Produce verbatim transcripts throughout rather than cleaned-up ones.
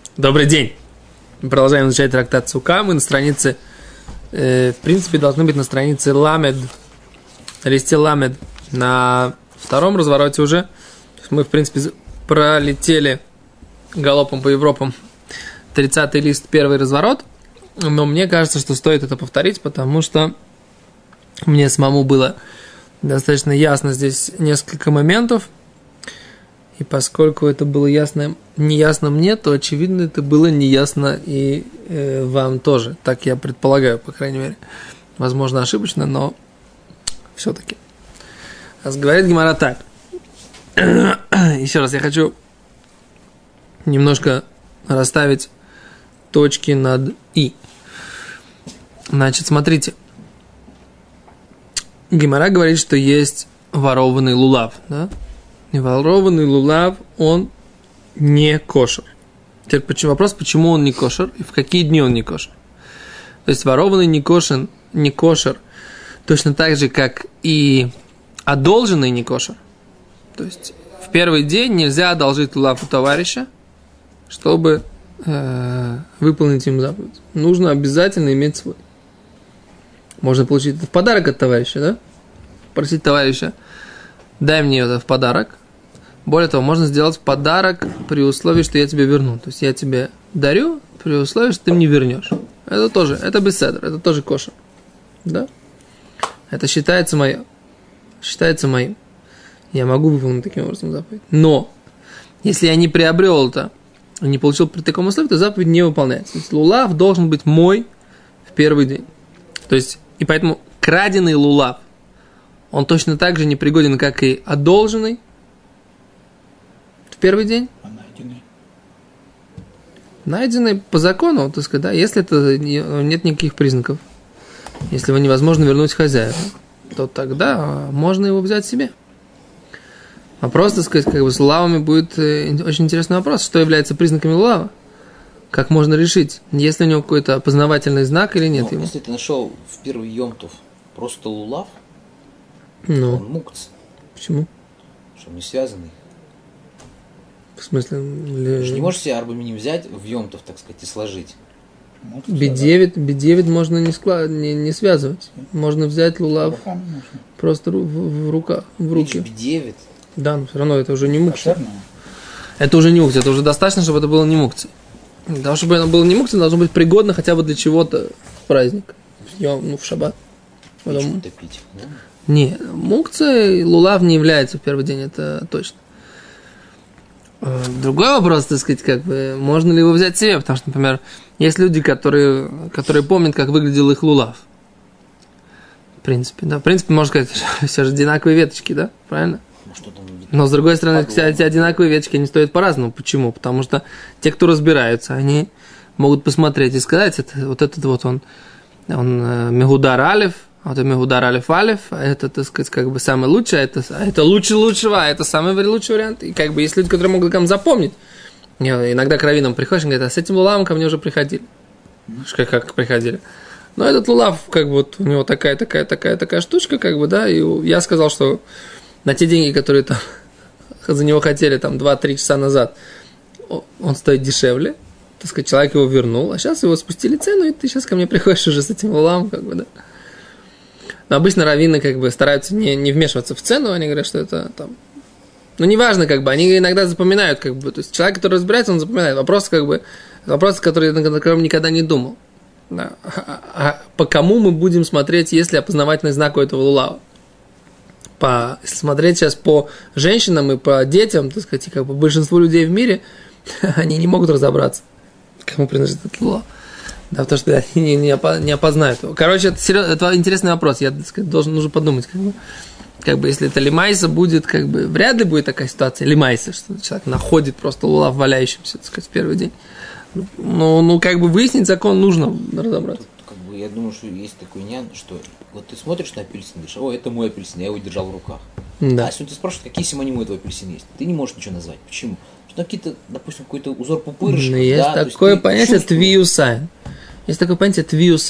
Добрый день. Мы продолжаем изучать трактат Сука. Мы на странице, э, в принципе, должны быть на странице Ламед, на листе Ламед, на втором развороте уже. Мы, в принципе, пролетели галопом по Европам тридцатый лист, первый разворот. Но мне кажется, что стоит это повторить, потому что мне самому было достаточно ясно здесь несколько моментов. И поскольку это было ясно, неясно мне, то, очевидно, это было неясно и э, вам тоже. Так я предполагаю, по крайней мере. Возможно, ошибочно, но все-таки. Говорит Гемара так. Еще раз, я хочу немножко расставить точки над «и». Значит, смотрите. Гемара говорит, что есть ворованный лулав, да? И ворованный лулав, он не кошер. Теперь вопрос, почему он не кошер и в какие дни он не кошер. То есть ворованный не кошер, не кошер точно так же, как и одолженный не кошер. То есть в первый день нельзя одолжить лулав у товарища, чтобы э, выполнить ему заповедь. Нужно обязательно иметь свой. Можно получить это в подарок от товарища, да? Просить товарища, дай мне это в подарок. Более того, можно сделать подарок при условии, что я тебе верну. То есть я тебе дарю при условии, что ты мне вернешь. Это тоже, это беседер, это тоже кошер. Да? Это считается мое. Считается моим. Я могу выполнить таким образом заповедь. Но, если я не приобрел это, не получил при таком условии, то заповедь не выполняется. То есть лулав должен быть мой в первый день. То есть, и поэтому краденый лулав, он точно так же непригоден, как и одолженный в первый день. А найденный? Найденный по закону, так сказать, да, если это нет никаких признаков, если его невозможно вернуть хозяину, то тогда можно его взять себе. Вопрос, так сказать, как бы с лулавами будет очень интересный вопрос, что является признаками лулава, как можно решить, есть ли у него какой-то опознавательный знак или нет. Но, ему. Если ты нашел в первый йомтов просто лулав, Ну, он мукц. почему? Что он не связанный. В смысле? Ты же не можешь себе арбаминим взять в йомтов, так сказать, и сложить. би девять, би девять можно не, склад... не, не связывать. Можно взять лулав просто в, в руках, в руки. би девять. Да, но все равно это уже не мукция. Кошерное? Это уже не мукция, это уже достаточно, чтобы это было не мукция. Для того, чтобы это было не мукция, должно быть пригодно хотя бы для чего-то в праздник. Ну, в шаббат. Потом... топить, да? Не, мукция, лулав не является в первый день, это точно. Другой вопрос, так сказать, как бы, можно ли его взять себе, потому что, например, есть люди, которые, которые помнят, как выглядел их лулав. В принципе, да, в принципе, можно сказать, все же одинаковые веточки, да, правильно? Ну, что там Но, с другой стороны, эти одинаковые веточки, они стоят по-разному. Почему? Потому что те, кто разбираются, они могут посмотреть и сказать, это, вот этот вот он, он э, Мегудар Алиф, а вот это Мегудар Алиф Алиф, а это, так сказать, как бы самый лучший, а это, а это лучше лучшего, а это самый лучший вариант. И как бы есть люди, которые могут там запомнить. Иногда к раввинам приходишь и говорят, а с этим лулавом ко мне уже приходили. Как, как приходили. Но этот лулав, как бы, вот у него такая, такая, такая, такая штучка, как бы, да, и я сказал, что на те деньги, которые там за него хотели там два-три часа назад, он стоит дешевле, так сказать, человек его вернул, а сейчас его спустили цену, и ты сейчас ко мне приходишь уже с этим лулавом, как бы, да. Но обычно раввины, как бы, стараются не, не вмешиваться в цену, они говорят, что это там, ну, неважно, как бы, они иногда запоминают, как бы, то есть человек, который разбирается, он запоминает. Вопрос, как бы, вопрос, который, на котором никогда не думал. Да. А, а по кому мы будем смотреть, если опознавательный знак у этого лулава? По, если смотреть сейчас по женщинам и по детям, так сказать, как бы большинство людей в мире, они не могут разобраться, кому принадлежит этот лулав. Да, потому что они не, не опознают его. Короче, это, серьезно, это интересный вопрос. Я, так сказать, должен, нужно подумать, как бы, как бы, если это лимайса будет, как бы, вряд ли будет такая ситуация, лимайса, что человек находит просто лулав валяющимся, так сказать, в первый день. Ну, ну, как бы, выяснить закон нужно разобраться. Тут, как бы, я думаю, что есть такой нян, что вот ты смотришь на апельсин, говоришь, о, это мой апельсин, я его держал в руках. Да. А если ты спрашиваешь, какие симонимы этого апельсина есть, ты не можешь ничего назвать. Почему? Что там какие-то, допустим, какой-то узор пупырышек. Есть да, такое понятие твиюсайн. Есть такое понятие твиюсайн. То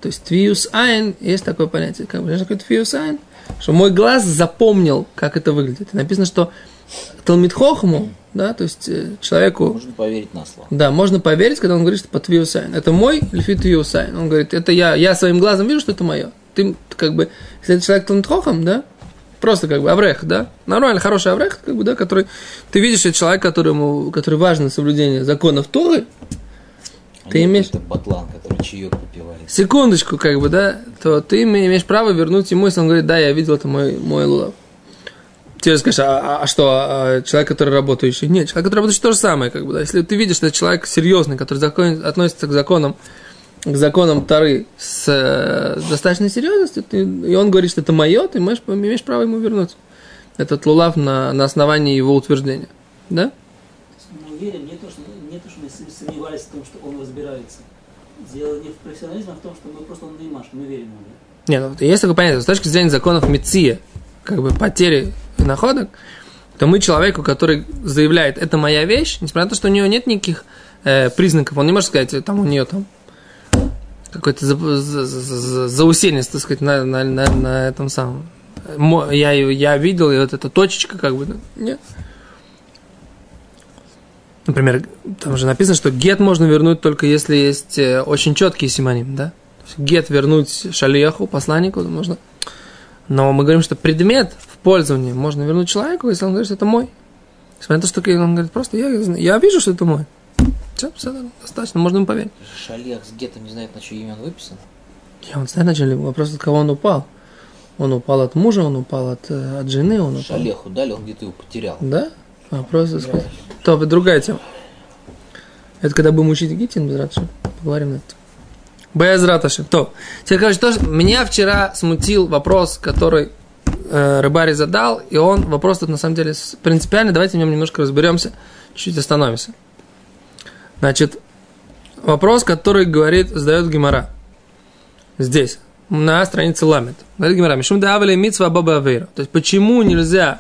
То есть твиус айн, есть такое понятие, как бы, знаешь, такое твиус айн, что мой глаз запомнил, как это выглядит. И написано, что Талмид Хохму, да, то есть человеку... Можно поверить на слово. Да, можно поверить, когда он говорит, что по твиус айн. Это мой лифит твиус айн. Он говорит, это я, я своим глазом вижу, что это мое. Ты, как бы, если это человек Талмид Хохм, да, просто как бы аврех, да, нормально, хороший аврех, как бы, да, который, ты видишь, это человек, которому, который важно соблюдение законов Торы, А ты нет, имеешь... это батлан, который чаек попивает. Секундочку, как бы, да, то ты имеешь право вернуть ему, если он говорит, да, я видел, это мой, мой лулав. Тебе скажешь, а, а что, а человек, который работающий? Нет, человек, который работающий, то же самое, как бы, да. Если ты видишь, что это человек серьезный, который закон, относится к законам, к законам Торы с э, достаточной серьезностью, ты, и он говорит, что это мое, ты можешь, имеешь право ему вернуть этот лулав на, на основании его утверждения, да? Мы верим не то, что, не то, что мы сомневались в том, что он разбирается. Дело не в профессионализме, а в том, что мы просто он не маш, мы верим ему. Да? Нет, ну, есть такое понятие, с точки зрения законов Меция, как бы потери находок, то мы человеку, который заявляет, это моя вещь, несмотря на то, что у нее нет никаких э, признаков, он не может сказать, там у нее там какой-то за, за, за, заусенец, так сказать, на, на, на, на этом самом. Я, я видел, и вот эта точечка, как бы, нет. Например, там же написано, что гет можно вернуть только если есть очень четкий симоним, да? Гет вернуть шалияху, посланнику, можно. Но мы говорим, что предмет в пользовании можно вернуть человеку, если он говорит, что это мой. Несмотря на то, что он говорит, просто я, я вижу, что это мой. Все, все, достаточно, можно ему поверить. Шалиах с гетом не знает, на чье имя он выписан. Я он знает, начали вопрос, от кого он упал. Он упал от мужа, он упал от, от жены, он упал. Шалеху дали, он где-то его потерял. Да? Вопрос, так сказать. То, другая тема. Это когда будем учить Гитин, без Раташи, поговорим на это. Без Раташи. То. Теперь, короче, тоже меня вчера смутил вопрос, который э, Рыбари задал, и он, вопрос тут на самом деле принципиальный, давайте в нем немножко разберемся, чуть-чуть остановимся. Значит, вопрос, который говорит, задает Гемара. Здесь, на странице Ламет. Говорит Гемара, Мишум даавали митцва баба авейра. То есть, почему нельзя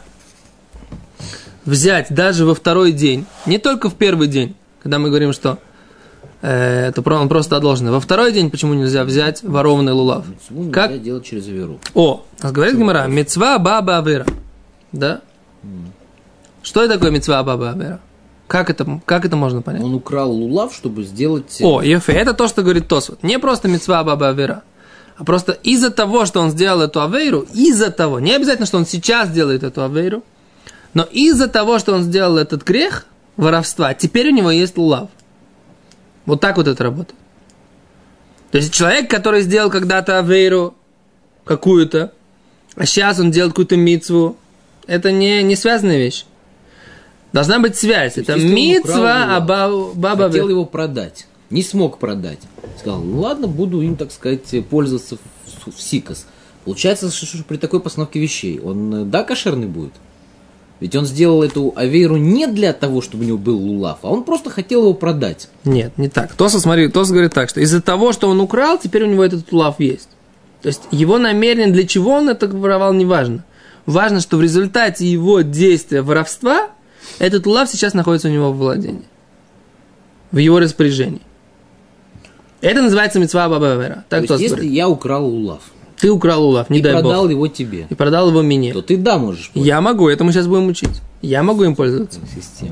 взять даже во второй день, не только в первый день, когда мы говорим, что э, это он просто одолженный. Во второй день почему нельзя взять ворованный лулав? Почему как? Нельзя делать через веру. О, говорит Гемара, мицва баба авейра. Да? Mm. Что это такое мицва баба авейра? Как это, как это можно понять? Он украл лулав, чтобы сделать... О, ефе, это то, что говорит Тосфот. Не просто мицва баба авейра, а просто из-за того, что он сделал эту авейру, из-за того, не обязательно, что он сейчас делает эту авейру, но из-за того, что он сделал этот грех воровства, теперь у него есть лулав. Вот так вот это работает. То есть человек, который сделал когда-то авейру какую-то, а сейчас он делает какую-то мицву, это не, не связанная вещь. Должна быть связь. Это мицва, а баба... Хотел его продать. Не смог продать. Сказал, ну ладно, буду им, так сказать, пользоваться в, в сикос. Получается, что при такой постановке вещей он, да, кошерный будет? Ведь он сделал эту авейру не для того, чтобы у него был лулав, а он просто хотел его продать. Нет, не так. Тоса, смотри, Тоса говорит так, что из-за того, что он украл, теперь у него этот лулав есть. То есть его намерение, для чего он это воровал, не важно. Важно, что в результате его действия воровства этот лулав сейчас находится у него в владении. В его распоряжении. Это называется мицва баба авейра. Так То есть, если говорит. я украл лулав, ты украл лулав, не и дай бог. И продал его тебе. И продал его мне. То ты да можешь. Пользоваться. Я могу, это мы сейчас будем учить. Я могу им пользоваться. Система.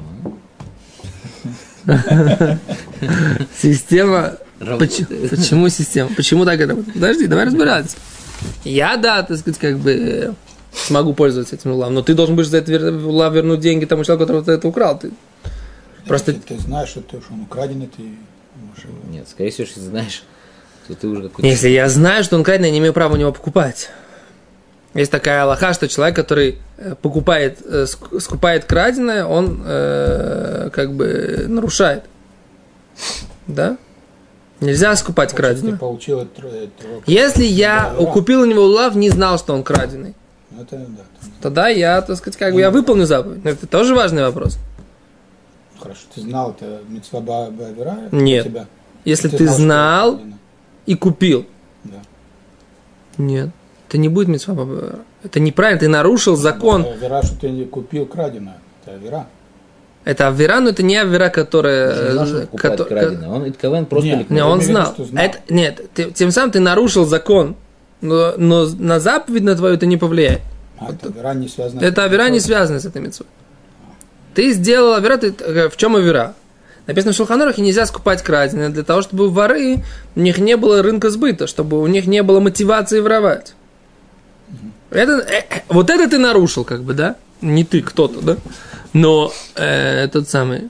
Система. Почему система? Почему так это работает? Подожди, давай разбираться. Я, да, так сказать, как бы смогу пользоваться этим лулавом, но ты должен будешь за этот лулав вернуть деньги тому человеку, который это украл. Ты просто... Ты знаешь, что он украденный, ты... Нет, скорее всего, если знаешь... То ты уже какой-то... Если я знаю, что он краденый, я не имею права у него покупать. Есть такая алаха, что человек, который покупает, скупает краденое, он э, как бы нарушает. Да? Нельзя скупать краденое. Если я купил у него лулав, не знал, что он краденый, это, да, тогда я, так сказать, как бы я выполню заповедь. Это тоже важный вопрос. Хорошо, ты знал, это мицва баба авейра? Нет. Тебя? Если ты, ты знал, знал и купил. Да. Нет. Это не будет мицва баба авейра. Это неправильно, ты нарушил закон. Авейра, что ты не купил краденое. Это авейра. Это авера, но это не авера, которая... Он знал, что покупает краденое. Он Итковен просто... Нет, Не, он знал. Видно, знал. Это, нет, ты, тем самым ты нарушил закон, но, но на заповедь на твою это не повлияет. А, это авера не связана. Это авера не связана с этой мицвой. Ты сделал авера, ты, в чем авера? Написано в Шулхан Арухе, нельзя скупать краденое для того, чтобы воры, у них не было рынка сбыта, чтобы у них не было мотивации воровать. Это, э, вот это ты нарушил, как бы, да? Не ты, кто-то, да? Но э, тот самый.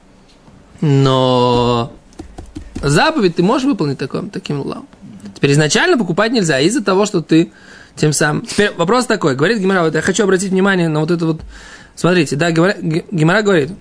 Но заповедь ты можешь выполнить таким, таким лулам. Теперь изначально покупать нельзя из-за того, что ты тем самым. Теперь вопрос такой. Говорит Гемара, вот я хочу обратить внимание на вот это вот. Смотрите, да, Гемара говорит,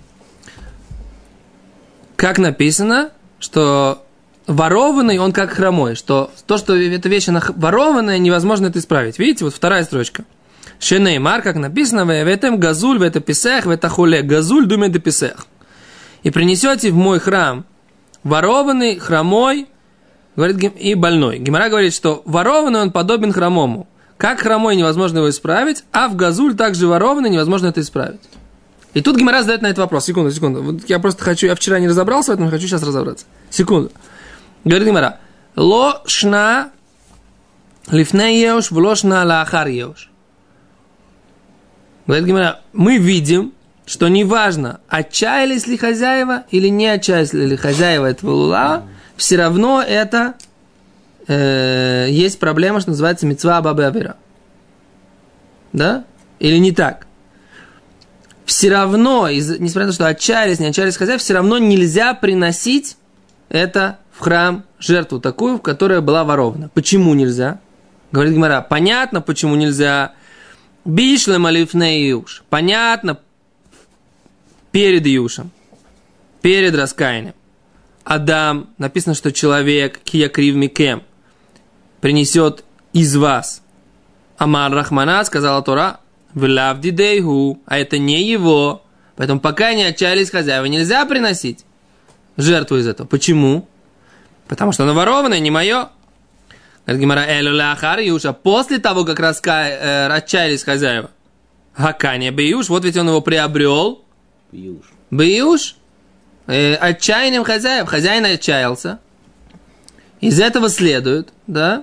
как написано, что ворованный, он как хромой, что то, что эта вещь, она ворованная, невозможно это исправить. Видите, вот вторая строчка. Шенеймар, как написано, в этом газуль, в это писех, в это хуле, газуль, думает и писех. И принесете в мой храм ворованный, хромой, говорит, и больной. Гемара говорит, что ворованный, он подобен хромому. Как хромой невозможно его исправить, а в газуль также ворованный невозможно это исправить. И тут Гемара задает на этот вопрос. Секунду, секунду. Вот я просто хочу, я вчера не разобрался в этом, хочу сейчас разобраться. Секунду. Говорит Гемара. Ло шна лифней еуш, вло шна лаахар еуш. Говорит Гемара, мы видим, что неважно, отчаялись ли хозяева или не отчаялись ли хозяева этого лулава, все равно это э, есть проблема, что называется мицва бабы авера. Да? Или не так? Все равно, из, несмотря на то, что отчаялись, не отчаялись хозяева, все равно нельзя приносить это в храм, жертву такую, которая была ворована. Почему нельзя? Говорит Гемара, понятно, почему нельзя. Бишлем алифней юш. Понятно, перед юшем, перед раскаянием. Адам, написано, что человек, киякрив микем, принесет из вас. Амар Рахмана, сказала Тора, влавди дейгу, а это не его. Поэтому пока не отчаялись хозяева, нельзя приносить жертву из этого. Почему? Потому что оно ворованное, не мое. Говорит Гемара, элю ляхар юша, после того, как раска... э, отчаялись хозяева. Хаканя беюш, вот ведь он его приобрел. Бьюш. Беюш, э, отчаянием хозяев. Хозяин отчаялся. Из этого следует, да?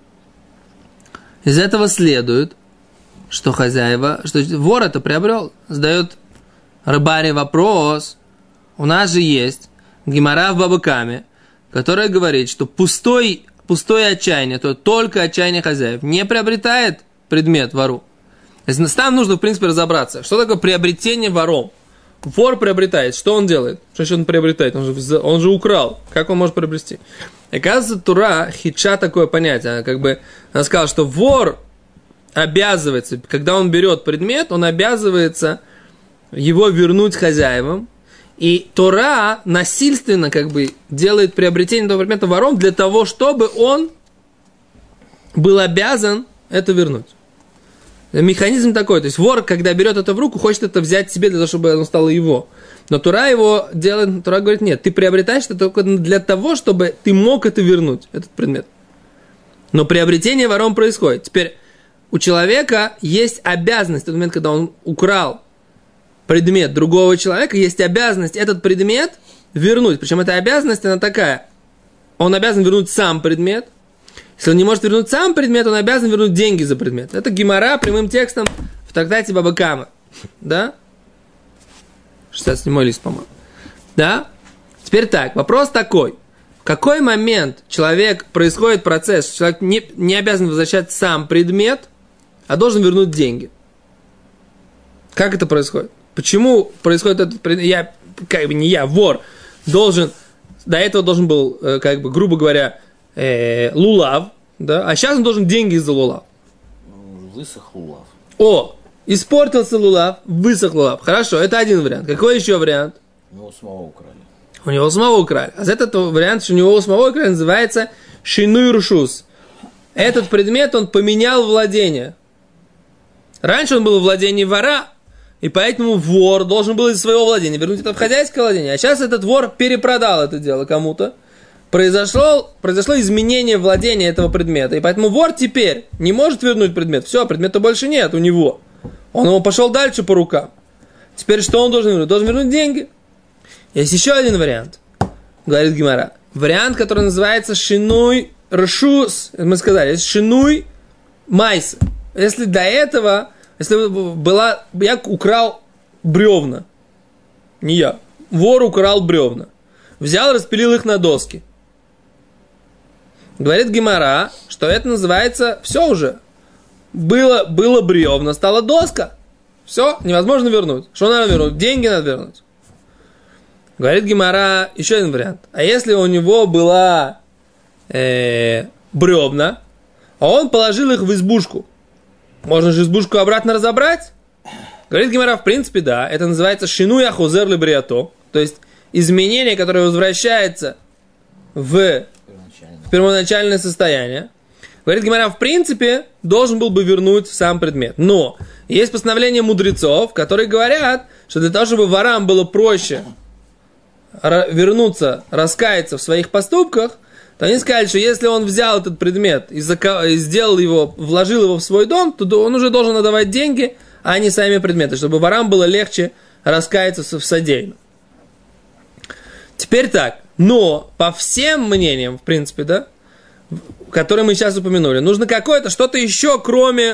Из этого следует, что хозяева, что вор это приобрел. Задает рыбаре вопрос. У нас же есть Гемара в Бабакаме, которая говорит, что пустой, пустое отчаяние, то только отчаяние хозяев, не приобретает предмет вору. Там нужно, в принципе, разобраться, что такое приобретение вором. Вор приобретает, что он делает? Что еще он приобретает? Он же, он же украл. Как он может приобрести? И оказывается, Тура хитча такое понятие. Она, как бы, она сказала, что вор обязывается, когда он берет предмет, он обязывается его вернуть хозяевам. И Тора насильственно как бы делает приобретение этого предмета вором для того, чтобы он был обязан это вернуть. Механизм такой, то есть вор, когда берет это в руку, хочет это взять себе для того, чтобы оно стало его. Но Тора его делает, Тора говорит, нет, ты приобретаешь это только для того, чтобы ты мог это вернуть, этот предмет. Но приобретение вором происходит. Теперь у человека есть обязанность, в тот момент, когда он украл предмет другого человека, есть обязанность этот предмет вернуть. Причем эта обязанность, она такая. Он обязан вернуть сам предмет. Если он не может вернуть сам предмет, он обязан вернуть деньги за предмет. Это Гемара прямым текстом в трактате Баба Кама. Да? шестьдесят седьмой лист, по-моему. Да? Теперь так, вопрос такой. В какой момент человек, происходит процесс, что человек не, не обязан возвращать сам предмет, а должен вернуть деньги? Как это происходит? Почему происходит этот предмет? Я, как бы не я, вор, должен, до этого должен был, как бы, грубо говоря, э, лулав, да, а сейчас он должен деньги за лулав. Высох лулав. О, испортился лулав, высох лулав. Хорошо, это один вариант. Какой еще вариант? У него самого украли. У него самого украли. А этот вариант, что у него самого украли, называется шинуй рушус. Этот предмет он поменял владение. Раньше он был в владении вора, и поэтому вор должен был из своего владения вернуть это в хозяйское владение. А сейчас этот вор перепродал это дело кому-то. Произошло, произошло изменение владения этого предмета. И поэтому вор теперь не может вернуть предмет. Все, предмета больше нет у него. Он его пошел дальше по рукам. Теперь что он должен вернуть? Должен вернуть деньги. Есть еще один вариант, говорит Гемара. Вариант, который называется шинуй ршус. Мы сказали, шинуй майс. Если до этого, если была, я украл бревна, не я, вор украл бревна, взял, распилил их на доски. Говорит Гемара, что это называется, все уже, было, было бревна, стала доска. Все, невозможно вернуть. Что надо вернуть? Деньги надо вернуть. Говорит Гемара, еще один вариант. А если у него была э, бревна, а он положил их в избушку, можно же избушку обратно разобрать? Говорит Гемара, в принципе, да. Это называется шинуя хозер лебриато. То есть изменение, которое возвращается в, в первоначальное состояние. Говорит Гемара, в принципе, должен был бы вернуть сам предмет. Но есть постановление мудрецов, которые говорят, что для того, чтобы ворам было проще вернуться, раскаяться в своих поступках, то они сказали, что если он взял этот предмет и, зако... и сделал его, вложил его в свой дом, то он уже должен отдавать деньги, а не сами предметы, чтобы ворам было легче раскаяться в содеянном. Теперь так, но по всем мнениям, в принципе, да, которые мы сейчас упомянули, нужно какое-то, что-то еще, кроме,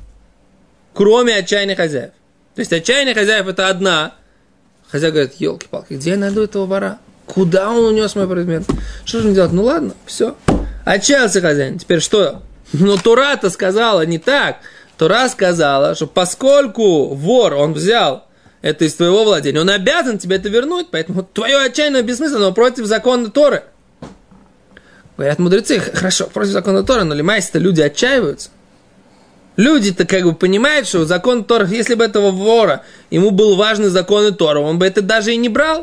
кроме отчаяния хозяев. То есть отчаяние хозяев это одна. Хозяин говорит, елки-палки, где я найду этого вора? Куда он унес мой предмет? Что же мне делать? Ну ладно, все. Отчаялся хозяин. Теперь что? Ну Тора-то сказала не так. Тора сказала, что поскольку вор, он взял это из твоего владения, он обязан тебе это вернуть, поэтому твое отчаяние бессмысленно, против закона Торы. Говорят мудрецы, хорошо, против закона Торы, но лимайся-то люди отчаиваются. Люди-то как бы понимают, что закон Торы, если бы этого вора, ему был важный закон Торы, он бы это даже и не брал.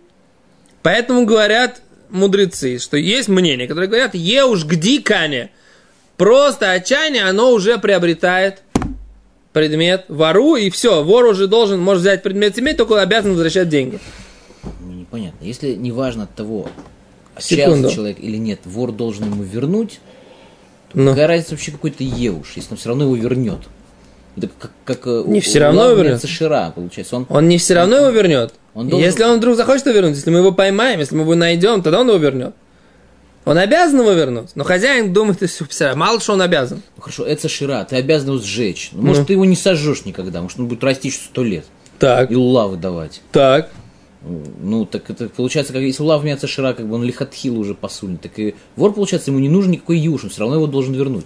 Поэтому говорят мудрецы, что есть мнение, которые говорят, е уж гди кане, просто отчаяние, оно уже приобретает предмет вору, и все, вор уже должен, может взять предмет иметь, только обязан возвращать деньги. Ну, непонятно. Если не важно от того, отчаялся человек или нет, вор должен ему вернуть, то ну. какая разница вообще какой-то еуш, если он все равно его вернет? Это как, как не у, все равно его вернет. Шира, получается. Он, он не все равно он, его вернет. Он должен... Если он вдруг захочет его вернуть, если мы его поймаем, если мы его найдем, тогда он его вернет. Он обязан его вернуть. Но хозяин думает, что мало что он обязан. Ну хорошо, это Шира, ты обязан его сжечь. Ну, может, ну. ты его не сожжешь никогда, может, он будет расти еще сто лет. Так. И лулав выдавать. Так. Ну, так это получается, как если лулав меняется Шира, как бы он лихатхил уже посульный, так и вор, получается, ему не нужен никакой юш, он все равно его должен вернуть.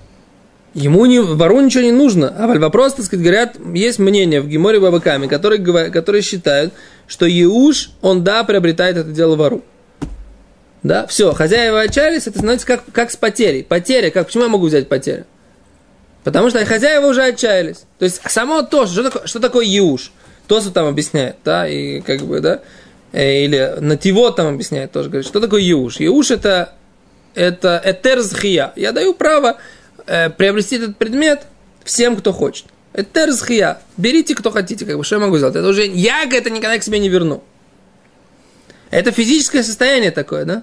Ему не, вору ничего не нужно. А вопрос, так сказать, говорят, есть мнение в Геморе Бабаками, которые, которые считают, что Еуш, он, да, приобретает это дело вору. Да, все, хозяева отчаялись, это становится как, как с потерей. Потеря, как, почему я могу взять потерю? Потому что хозяева уже отчаялись. То есть, само то, что такое, что такое Еуш, Тосу там объясняет, да, и как бы, да, или Нативот там объясняет тоже, говорит, что такое Еуш? Еуш это, это этерзхия. Я даю право приобрести этот предмет всем, кто хочет. Это терзхия. Берите, кто хотите, как бы, что я могу сделать? Это уже, я это никогда к себе не верну. Это физическое состояние такое, да?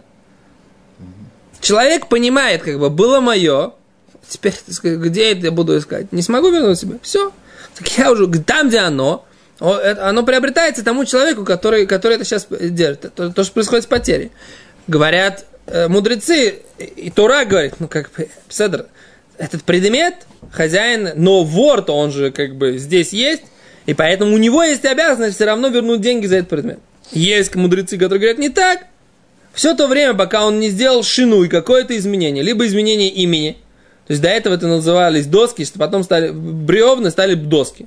Человек понимает, как бы, было мое, теперь, так сказать, где это я буду искать? Не смогу вернуть себе. Все. Так я уже, там, где оно, оно приобретается тому человеку, который, который это сейчас держит. То, то, что происходит с потерей. Говорят мудрецы, и Тора говорит, ну, как бы, Седр, этот предмет, хозяин, но вор-то он же как бы здесь есть, и поэтому у него есть обязанность все равно вернуть деньги за этот предмет. Есть мудрецы, которые говорят не так. Все то время, пока он не сделал шину и какое-то изменение, либо изменение имени, то есть до этого это назывались доски, что потом стали бревна, стали доски.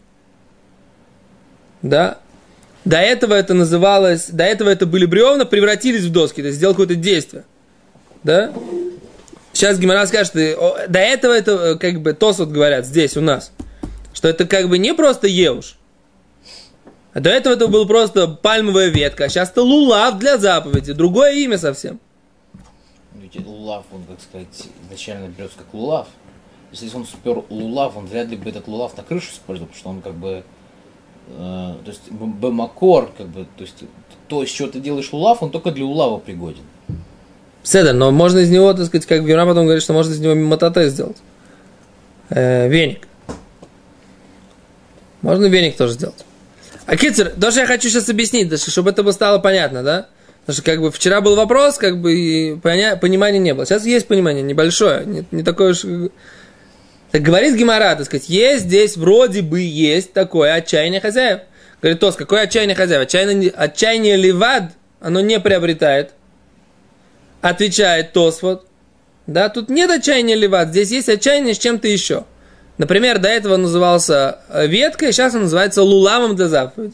Да? До этого это называлось, до этого это были бревна, превратились в доски, то есть сделал какое-то действие. Да? Сейчас Гемара скажет, что до этого это, как бы, Тос вот говорят здесь у нас, что это как бы не просто еуш, а до этого это был просто пальмовая ветка, а сейчас это лулав для заповеди, другое имя совсем. Ведь лулав, он, как сказать, изначально берется как лулав. Если он спер лулав, он вряд ли бы этот лулав на крышу использовал, потому что он как бы, э, то есть бэмакор, как бы, то есть то, из чего ты делаешь лулав, он только для лулава пригоден. Седер, но можно из него, так сказать, как Гемара потом говорит, что можно из него матате сделать. Э, веник. Можно веник тоже сделать. А Кицер, то, что я хочу сейчас объяснить, чтобы это было стало понятно, да? Потому что как бы вчера был вопрос, как бы и поня... понимания не было. Сейчас есть понимание небольшое, не, не такое уж... Так говорит Гемара, так сказать, есть здесь вроде бы есть такое отчаяние хозяев. Говорит Тос, какое отчаяние хозяев? Отчаяние, отчаяние ливад, оно не приобретает. Отвечает Тосфот. Да, тут нет отчаяния ливад, здесь есть отчаяние с чем-то еще. Например, до этого назывался веткой, сейчас он называется лулавом для заповеди.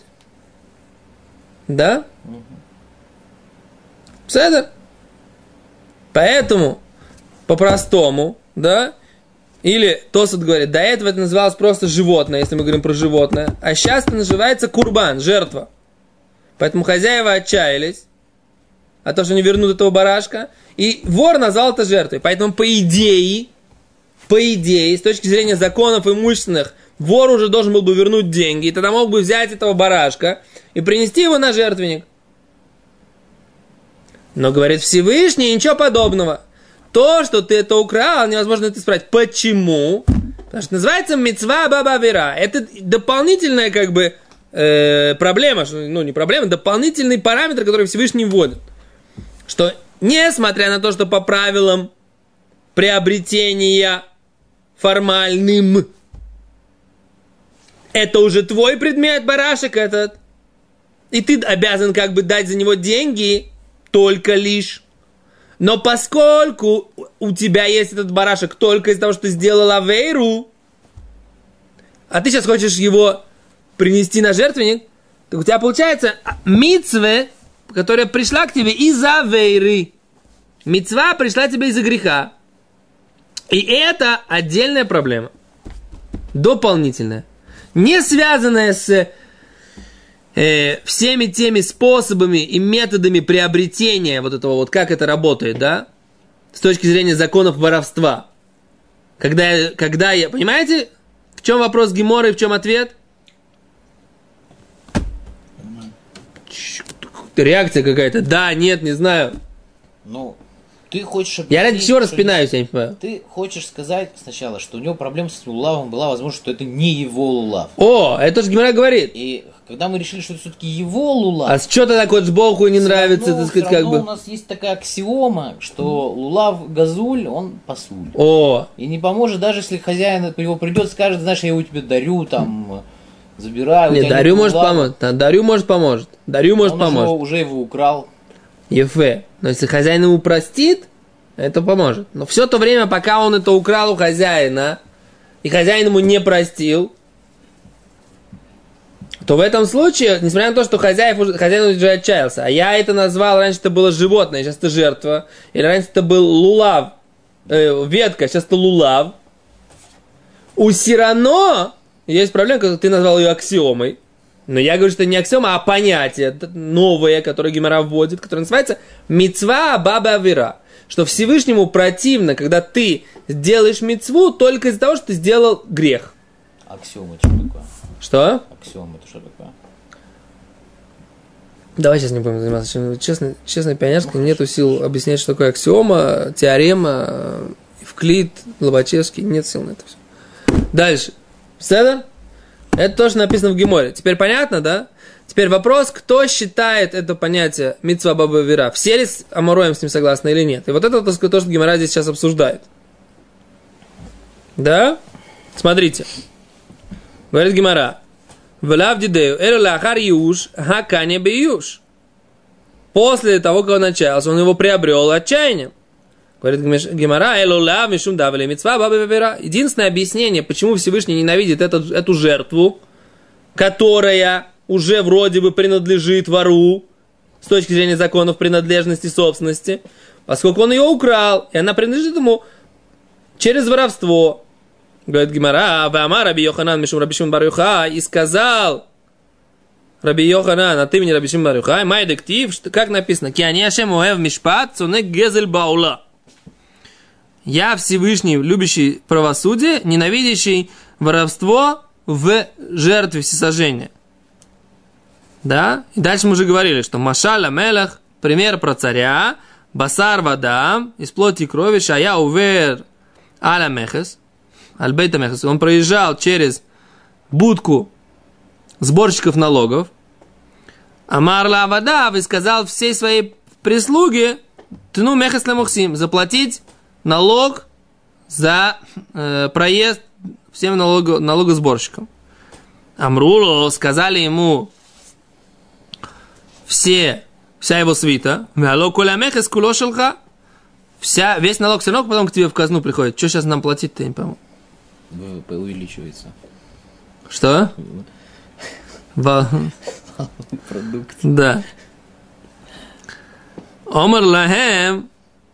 Да? Пседер. Поэтому, по-простому, да, или Тосфот говорит, до этого это называлось просто животное, если мы говорим про животное, а сейчас это называется курбан, жертва. Поэтому хозяева отчаялись, а то, что не вернут этого барашка, и вор назвал это жертвой. Поэтому, по идее, по идее, с точки зрения законов имущественных, вор уже должен был бы вернуть деньги, и тогда мог бы взять этого барашка и принести его на жертвенник. Но, говорит Всевышний, ничего подобного. То, что ты это украл, невозможно это исправить. Почему? Потому что называется мицва баба вера. Это дополнительная, как бы, э, проблема, ну, не проблема, дополнительный параметр, который Всевышний вводит. Что, несмотря на то, что по правилам приобретения формальным, это уже твой предмет, барашек этот, и ты обязан как бы дать за него деньги, только лишь. Но поскольку у тебя есть этот барашек только из-за того, что ты сделал авейру, а ты сейчас хочешь его принести на жертвенник, так у тебя получается мицве, которая пришла к тебе из-за авейры. Мицва пришла тебе из-за греха. И это отдельная проблема. Дополнительная. Не связанная с э, всеми теми способами и методами приобретения вот этого вот, как это работает, да? С точки зрения законов воровства. Когда, когда я... Понимаете, в чем вопрос Геморы и в чем ответ? Реакция какая-то. Да, нет, не знаю. Ну, ты хочешь... Я ради чего распинаюсь, я не понимаю. Ты хочешь сказать сначала, что у него проблема с лулавом была, возможно, что это не его лулав. О, это же Гемара говорит. И когда мы решили, что это все-таки его лулав... А что тогда вот Богу не нравится, равно, так сказать, как бы... у нас есть такая аксиома, что лулав газуль, он пасуль. О. И не поможет, даже если хозяин его придет, скажет, знаешь, я его тебе дарю, там... Забираю. Нет, Дарю может поможет. Дарю может поможет. Дарю может поможет. Он уже его украл. Ефе. Но если хозяин ему простит, это поможет. Но все то время, пока он это украл у хозяина, и хозяин ему не простил, то в этом случае, несмотря на то, что хозяин, хозяин уже отчаялся, а я это назвал, раньше это было животное, сейчас это жертва, или раньше это был лулав, э, ветка, сейчас это лулав, у Сирано есть проблема, когда ты назвал ее аксиомой. Но я говорю, что это не аксиома, а понятие новое, которое Гемара вводит, которое называется мицва баба авира. Что Всевышнему противно, когда ты делаешь мицву только из-за того, что ты сделал грех. Аксиома это что такое? Что? Аксиома это что такое? Давай сейчас не будем заниматься. Честно, честно пионерском ну, нету сил объяснять, что такое аксиома, теорема, Евклид, Лобачевский. Нет сил на это все. Дальше. Седер? Это тоже написано в Геморе. Теперь понятно, да? Теперь вопрос, кто считает это понятие мицва баба вера? Все ли с Амороем с ним согласны или нет? И вот это то, что Гемора здесь сейчас обсуждает. Да? Смотрите. Говорит Гемора. Влав дидею элю лахар юш хакане беюш. После того, как он начался, он его приобрел отчаянием. Говорит Гемара, элула мишум давали мицва баба вера. Единственное объяснение, почему Всевышний ненавидит эту, эту жертву, которая уже вроде бы принадлежит вору, с точки зрения законов принадлежности собственности, поскольку он ее украл, и она принадлежит ему через воровство. Говорит Гемара, ваама Раби Йоханан мишум Раби Шимон бар Йохай, и сказал Раби Йоханан от имени Раби Шимон бар Йохай, май дектив, как написано, ки ани Ашем оэв мишпат цунек гезель баула. Я Всевышний, любящий правосудие, ненавидящий воровство в жертве всесожжения. Да? И дальше мы уже говорили, что Машаля Мелах, пример про царя, Басар вода, из плоти и крови, Шая увер аля мехес, альбейта мехес. Он проезжал через будку сборщиков налогов. Амар ла Авадав и сказал всей своей прислуге, тну мехес лемухсим, заплатить налог за э, проезд всем налого, налогосборщикам. Амруло, сказали ему все, вся его свита, вся, весь налог все равно потом к тебе в казну приходит. Что сейчас нам платить-то, я не пойму. ВВП увеличивается. Что? Продукт. Да. Омар лахем,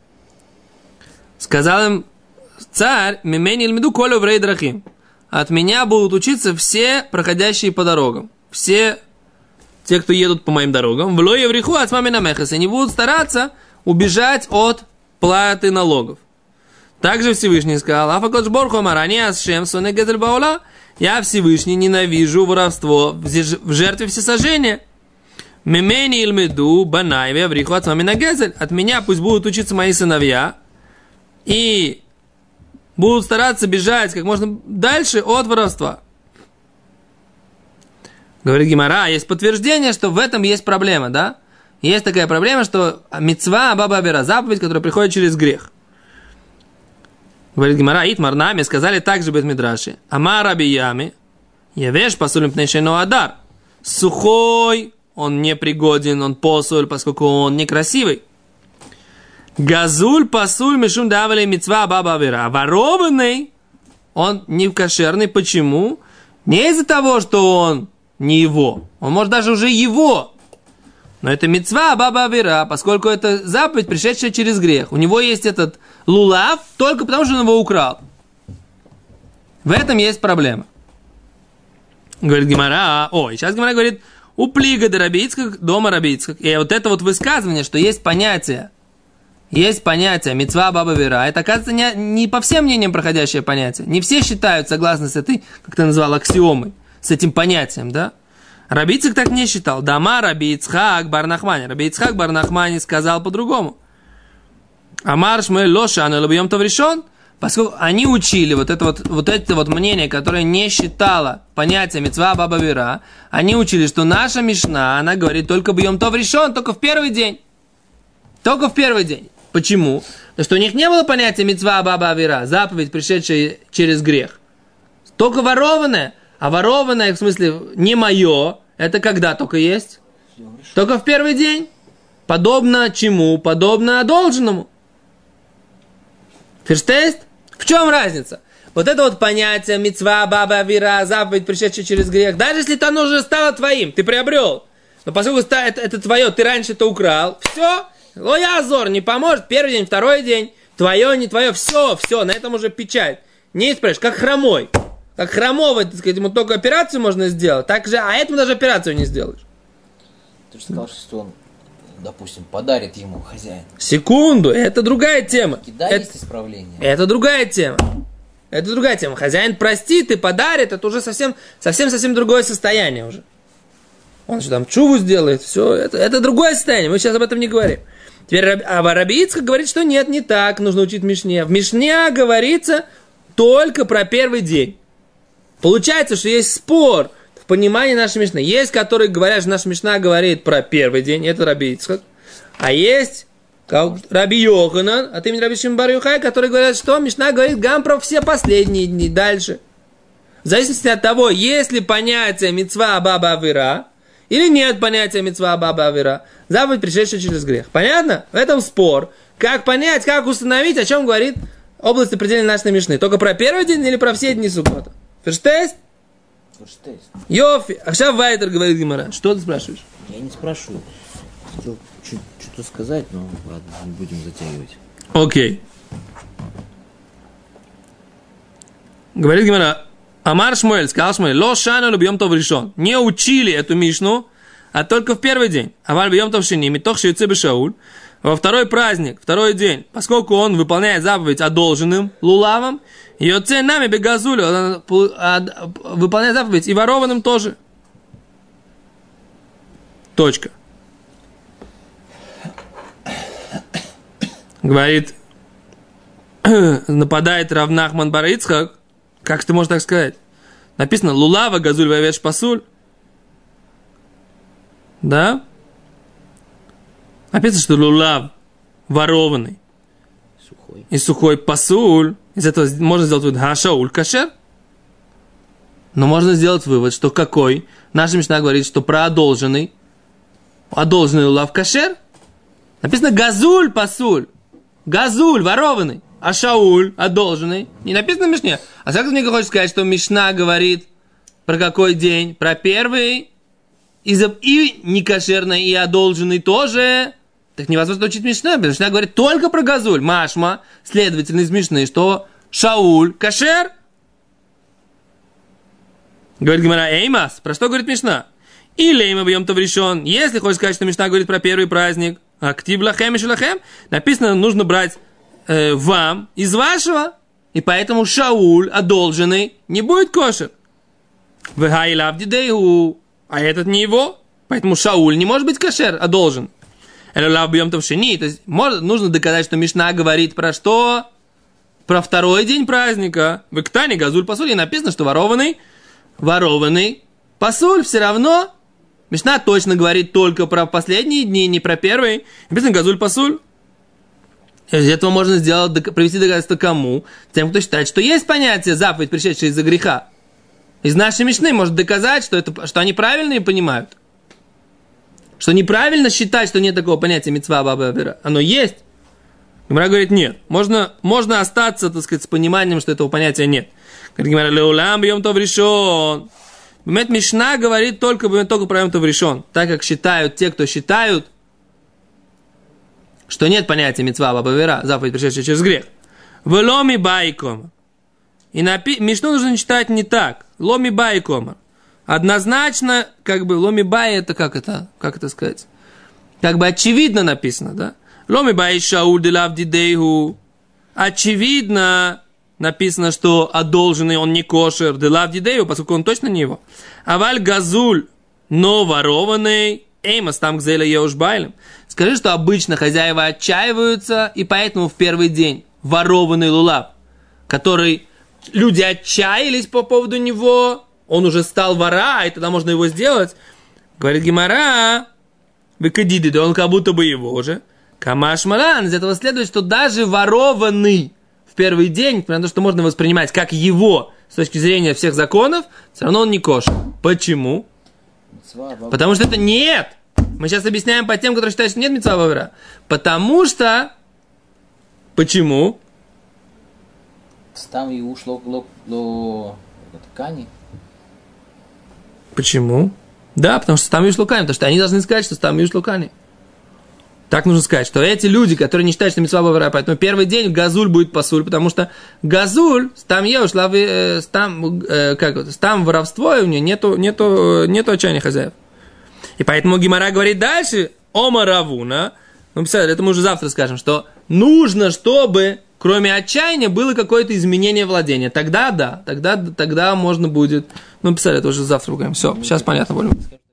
сказал им царь, мимени ильмиду колю врей драхим. От меня будут учиться все проходящие по дорогам. Все те, кто едут по моим дорогам. В лое вриху от мамина мехас. Они будут стараться убежать от платы налогов. Также Всевышний сказал, Афакодж Борху Амарани Асшем Соне Гезель Баула. Я Всевышний ненавижу воровство в жертве всесожжения. Мемени ильмеду банайве вриху от мамина гезель. От меня пусть будут учиться мои сыновья. И будут стараться бежать как можно дальше от воровства. Говорит Гемара, есть подтверждение, что в этом есть проблема, да? Есть такая проблема, что мицва баба авера, заповедь, которая приходит через грех. Говорит Гемара, итмар нами, сказали также бет мидраши. Ама раби ями, явеш пасулим пнейшену адар. Сухой, он непригоден, он посуль, поскольку он некрасивый. Газуль пасуль мишум давали мицва баба авера. Ворованный, он не кошерный. Почему? Не из-за того, что он не его. Он может даже уже его. Но это мицва баба авера, поскольку это заповедь, пришедшая через грех. У него есть этот лулав только потому, что он его украл. В этом есть проблема. Говорит Гемара, ой, сейчас Гемара говорит, у плига до Раби Ицхак, дома Раби Ицхак. И вот это вот высказывание, что есть понятие, есть понятие мицва баба авера, это, оказывается, не, не по всем мнениям проходящее понятие. Не все считают, согласно с этой, как ты назвал, аксиомой, с этим понятием, да? Раби Ицхак так не считал. Дама Раби Ицхак бар Нахмани. Раби Ицхак бар Нахмани сказал по-другому. Амар шмель лошану лабьем тов решен. Поскольку они учили вот это вот, вот это вот мнение, которое не считало понятие мицва баба авера, они учили, что наша мишна, она говорит только бьем тов решен, только в первый день. Только в первый день. Почему? Потому что у них не было понятия мицва баба авера, заповедь, пришедшая через грех. Только ворованная. А ворованное, в смысле, не мое, это когда только есть? Только в первый день. Подобно чему? Подобно одолженному. Ферштейст? В чем разница? Вот это вот понятие мицва, баба, авера, заповедь, пришедшая через грех. Даже если оно уже стало твоим, ты приобрел. Но поскольку это, это твое, ты раньше это украл, все, лоя азор, не поможет. Первый день, второй день, твое, не твое, все, все, на этом уже печать. Не исправишь, как хромой. Как хромовый, так сказать, ему только операцию можно сделать, так же, а этому даже операцию не сделаешь. Ты же сказал, что он, допустим, подарит ему хозяин. Секунду, это другая тема. Да, это, есть исправление. Это другая тема. Это другая тема. Хозяин простит и подарит, это уже совсем, совсем, совсем другое состояние уже. Он же там чуву сделает, все, это, это другое состояние, мы сейчас об этом не говорим. Теперь а Раби Ицхак говорит, что нет, не так, нужно учить Мишне. В Мишне говорится только про первый день. Получается, что есть спор в понимании нашей Мишны. Есть, которые говорят, что наша Мишна говорит про первый день, это Раби Ицхак. А есть как Раби Йоханан, от имени Раби Шимон бар Йохай, которые говорят, что Мишна говорит гам про все последние дни дальше. В зависимости от того, есть ли понятие мицва баба авера, или нет понятия мицва баба авера, заповедь, пришедшая через грех. Понятно? В этом спор. Как понять, как установить, о чем говорит область определения нашей Мишны. Только про первый день или про все дни суккота? Ферштейст? Ферштейст. Йофи. А сейчас Вайтер говорит Гемара. Что ты спрашиваешь? Я не спрашиваю. Хотел что-то сказать, но ладно, не будем затягивать. Окей. Говорит Гемара. Амар Шмуэль, сказал Шмуэль, ло шану бьем тов решен. Не учили эту Мишну, а только в первый день. Аваль бьем тов шини, митох шейце бешауль. Во второй праздник, второй день, поскольку он выполняет заповедь одолженным лулавом, йоце нами бегазулю, он выполняет заповедь и ворованным тоже. Точка. Говорит, нападает Рав Нахман бар Ицхак. Как ты можешь так сказать? Написано лулава газуль вавеш пасуль. да? Написано, что лулав ворованный Сухой. и сухой пасуль. Из этого можно сделать вывод хашауль кашер. Но можно сделать вывод, что какой? Наша мишна говорит, что про одолженный. Одолженный лулав кашер. Написано газуль пасуль. Газуль ворованный. А шауль одолженный. Не написано в мишне. А как мне хочешь сказать, что мишна говорит про какой день? Про первый. И, за... и некошерный, и одолженный тоже. Так невозможно учить мишна. Мишна говорит только про газуль. Машма. Следовательно, из мишны, что шауль кашер. Говорит Гемара, эймас. Про что говорит мишна? Или эйма бьем то решен. Если хочешь сказать, что мишна говорит про первый праздник, актив лахем и шелахем, написано, нужно брать э, вам из вашего, и поэтому шауль, одолженный, не будет кошер. Вегай лавдидейгу, а этот не его, поэтому шауль не может быть кошер, одолжен. Эле лав бьем то шени, то есть может, нужно доказать, что мишна говорит про что? Про второй день праздника. В Иктане газуль пасуль, и написано, что ворованный, ворованный пасуль все равно. Мишна точно говорит только про последние дни, не про первые. Написано газуль пасуль. Из этого можно сделать, провести доказательство кому? Тем, кто считает, что есть понятие заповедь, пришедшая из-за греха. Из нашей мишны может доказать, что, это, что они правильные понимают. Что неправильно считать, что нет такого понятия мицва баба авера. Оно есть. Гемара говорит, нет. Можно, можно остаться, так сказать, с пониманием, что этого понятия нет. Говорит Гемара, леулам бьем то в решен. Мишна говорит только, только про Йом Тов Ришон, так как считают те, кто считают, что нет понятия мицва баба авера, заповедь, пришедшая через грех. В ломи байком. И напи... Мишну нужно читать не так. Ломи байком. Однозначно, как бы, ломи бай, это как это, как это сказать? Как бы очевидно написано, да? Ломи бай шауль де лав дидейгу. Очевидно написано, что одолженный он не кошер, де лав дидейгу, поскольку он точно не его. Аваль газуль, но ворованный, эймас там гзейла еушбайлем. Скажи, что обычно хозяева отчаиваются, и поэтому в первый день ворованный лулав, который люди отчаялись по поводу него, он уже стал вора, и тогда можно его сделать. Говорит Гемара, выкадиды, да он как будто бы его уже. Камаш малан, из этого следует, что даже ворованный в первый день, потому что можно воспринимать как его с точки зрения всех законов, все равно он не кошер. Почему? Потому что это нет. Мы сейчас объясняем по тем, которые считают, что нет мицва авера. Потому что... Почему? Там и ушло ло ткани. Почему? Да, потому что там и шлукани, потому что они должны сказать, что там и шлукани. Так нужно сказать, что эти люди, которые не считают, что мицва авера, поэтому первый день газуль будет пасуль, потому что газуль, там я ушла, там, как там воровство, и у нее нету, нету, нету отчаяния хозяев. И поэтому Гемара говорит дальше, ома равуна, ну, представляете, это мы уже завтра скажем, что нужно, чтобы, кроме отчаяния, было какое-то изменение владения. Тогда да, тогда, тогда можно будет, ну, представляете, это уже завтра говорим. Все, сейчас понятно более.